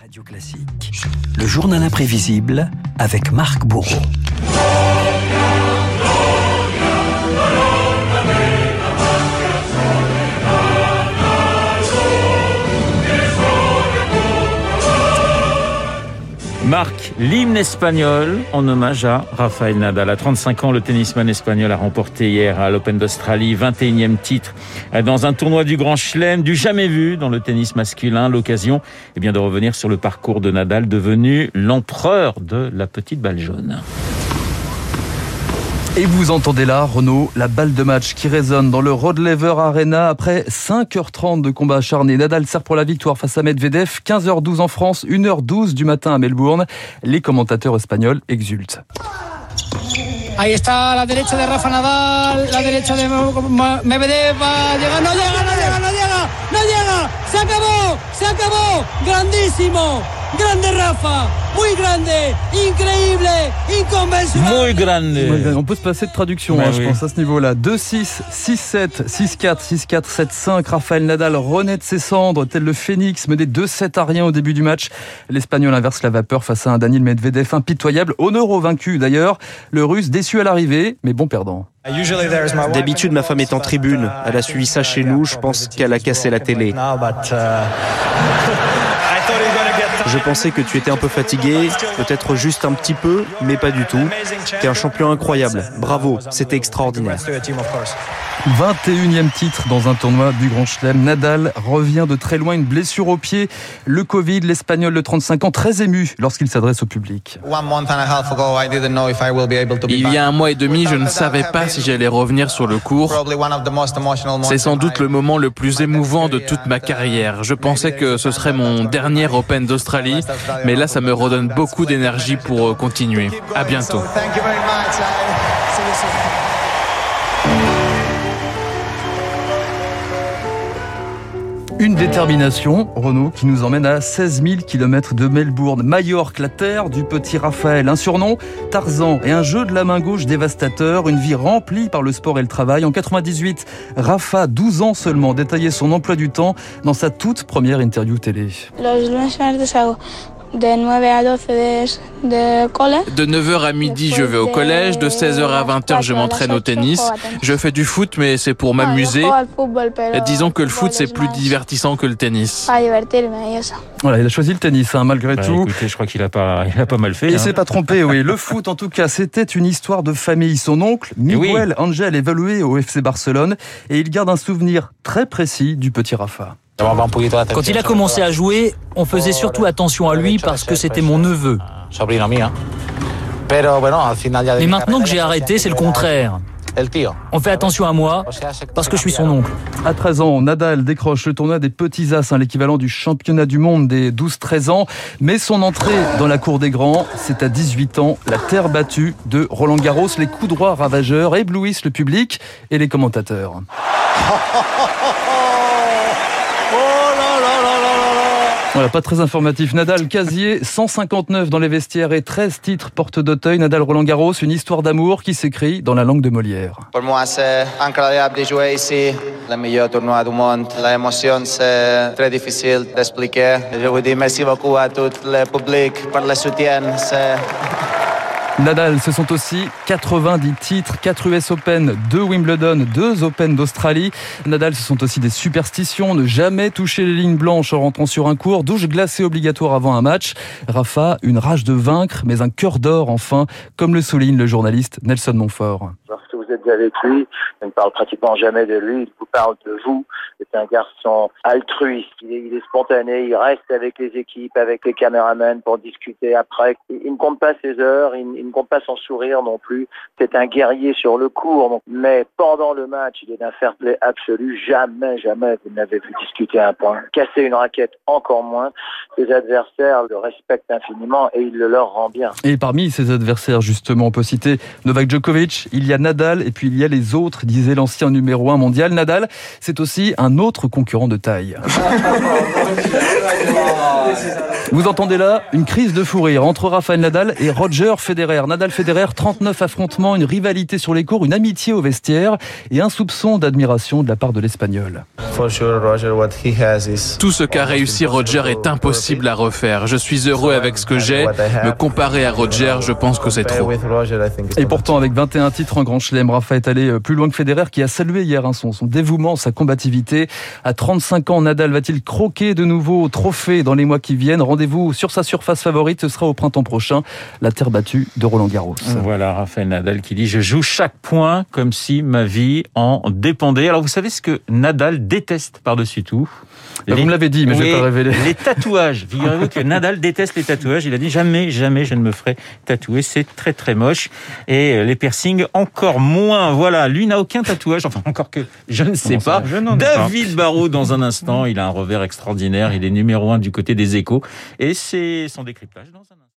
Radio Classique, le journal imprévisible avec Marc Bourreau. Marc, l'hymne espagnol en hommage à Rafael Nadal. À 35 ans, le tennisman espagnol a remporté hier à l'Open d'Australie 21e titre dans un tournoi du Grand Chelem, du jamais vu dans le tennis masculin. L'occasion de revenir sur le parcours de Nadal, devenu l'empereur de la petite balle jaune. Et vous entendez là, Renaud, la balle de match qui résonne dans le Rod Laver Arena après 5h30 de combat acharné. Nadal sert pour la victoire face à Medvedev, 15h12 en France, 1h12 du matin à Melbourne. Les commentateurs espagnols exultent. Ahí está la derecha de Rafa Nadal, la derecha de Medvedev, no llega, se acabó, grandísimo, grande Rafa, muy grande, increíble, inconmensurable. Muy grande. On peut se passer de traduction, je pense, à ce niveau-là. 2-6, 6-7, 6-4, 6-4, 7-5. Rafael Nadal renaît de ses cendres, tel le phénix, mené 2-7 à rien au début du match. L'Espagnol inverse la vapeur face à un Daniil Medvedev impitoyable, honneur vaincu d'ailleurs. Le Russe déçu à l'arrivée, mais bon perdant. D'habitude, ma femme est en tribune. Elle a suivi ça chez nous. Je pense qu'elle a cassé la télé. Je pensais que tu étais un peu fatigué, peut-être juste un petit peu, mais pas du tout. T'es un champion incroyable. Bravo, c'était extraordinaire. 21e titre dans un tournoi du Grand Chelem. Nadal revient de très loin, une blessure au pied. Le Covid, l'Espagnol de 35 ans, très ému lorsqu'il s'adresse au public. Il y a 1 mois et demi, je ne savais pas si j'allais revenir sur le court. C'est sans doute le moment le plus émouvant de toute ma carrière. Je pensais que ce serait mon dernier Open d'Australie, mais là, ça me redonne beaucoup d'énergie pour continuer. À bientôt. Une détermination, Renaud, qui nous emmène à 16 000 km de Melbourne. Majorque, la terre du petit Raphaël. Un surnom, Tarzan, et un jeu de la main gauche dévastateur. Une vie remplie par le sport et le travail. En 98, Rafa, 12 ans seulement, détaillait son emploi du temps dans sa toute première interview télé. De 9h à midi, je vais au collège. De 16h à 20h, je m'entraîne au tennis. Je fais du foot, mais c'est pour m'amuser. Disons que le foot, c'est plus divertissant que le tennis. Voilà, il a choisi le tennis, malgré tout. Écoutez, je crois qu'il a pas mal fait. Il s'est pas trompé, oui. Le foot, en tout cas, c'était une histoire de famille. Son oncle, Miguel Angel, évoluait au FC Barcelone et il garde un souvenir très précis du petit Rafa. Quand il a commencé à jouer, on faisait surtout attention à lui parce que c'était mon neveu. Mais maintenant que j'ai arrêté, c'est le contraire. On fait attention à moi parce que je suis son oncle. À 13 ans, Nadal décroche le tournoi des petits as, l'équivalent du championnat du monde des 12-13 ans. Mais son entrée dans la cour des grands, c'est à 18 ans, la terre battue de Roland Garros. Les coups droits ravageurs éblouissent le public et les commentateurs. Voilà, pas très informatif. Nadal, casier 159 dans les vestiaires et 13 titres porte d'Auteuil. Nadal Roland Garros, une histoire d'amour qui s'écrit dans la langue de Molière. Pour moi, c'est incroyable de jouer ici. Le meilleur tournoi du monde. L'émotion, c'est très difficile d'expliquer. Je vous dis merci beaucoup à tout le public pour le soutien. Nadal, ce sont aussi 90 titres, 4 US Open, 2 Wimbledon, 2 Open d'Australie. Nadal, ce sont aussi des superstitions, ne jamais toucher les lignes blanches en rentrant sur un court, douche glacée obligatoire avant un match. Rafa, une rage de vaincre, mais un cœur d'or enfin, comme le souligne le journaliste Nelson Montfort. Lorsque vous êtes avec lui, il ne parle pratiquement jamais de lui, il vous parle de vous. C'est un garçon altruiste, il est spontané, il reste avec les équipes, avec les caméramans pour discuter après. Il ne compte pas ses heures, il ne compte pas son sourire non plus. C'est un guerrier sur le court, mais pendant le match, il est d'un fair play absolu. Jamais vous n'avez vu discuter un point. Casser une raquette, encore moins. Ses adversaires le respectent infiniment et il le leur rend bien. Et parmi ses adversaires, justement, on peut citer Novak Djokovic, il y a Nadal et puis il y a les autres, disait l'ancien numéro 1 mondial. Nadal, c'est aussi un autre concurrent de taille. Vous entendez là une crise de fou rire entre Rafael Nadal et Roger Federer. Nadal-Federer, 39 affrontements, une rivalité sur les courts, une amitié au vestiaire et un soupçon d'admiration de la part de l'Espagnol. Tout ce qu'a réussi Roger est impossible à refaire. Je suis heureux avec ce que j'ai. Me comparer à Roger, je pense que c'est trop. Et pourtant, avec 21 titres en Grand Chelem, Rafa est allé plus loin que Federer qui a salué hier son dévouement, sa combativité. À 35 ans, Nadal va-t-il croquer de nouveaux trophées dans les mois qui viennent? Rendez-vous sur sa surface favorite, ce sera au printemps prochain, la terre battue de Roland-Garros. Voilà Rafael Nadal qui dit « Je joue chaque point comme si ma vie en dépendait ». Alors vous savez ce que Nadal déteste par-dessus tout? Vous me l'avez dit, mais je ne vais pas révéler. Les tatouages. Figurez-vous que Nadal déteste les tatouages. Il a dit jamais je ne me ferai tatouer. C'est très très moche. Et les piercings encore moins. Voilà, lui n'a aucun tatouage. Enfin, encore que je ne sais pas. David Barrault, dans un instant, il a un revers extraordinaire. Il est numéro 1 du côté des Échos. Et c'est son décryptage dans un instant.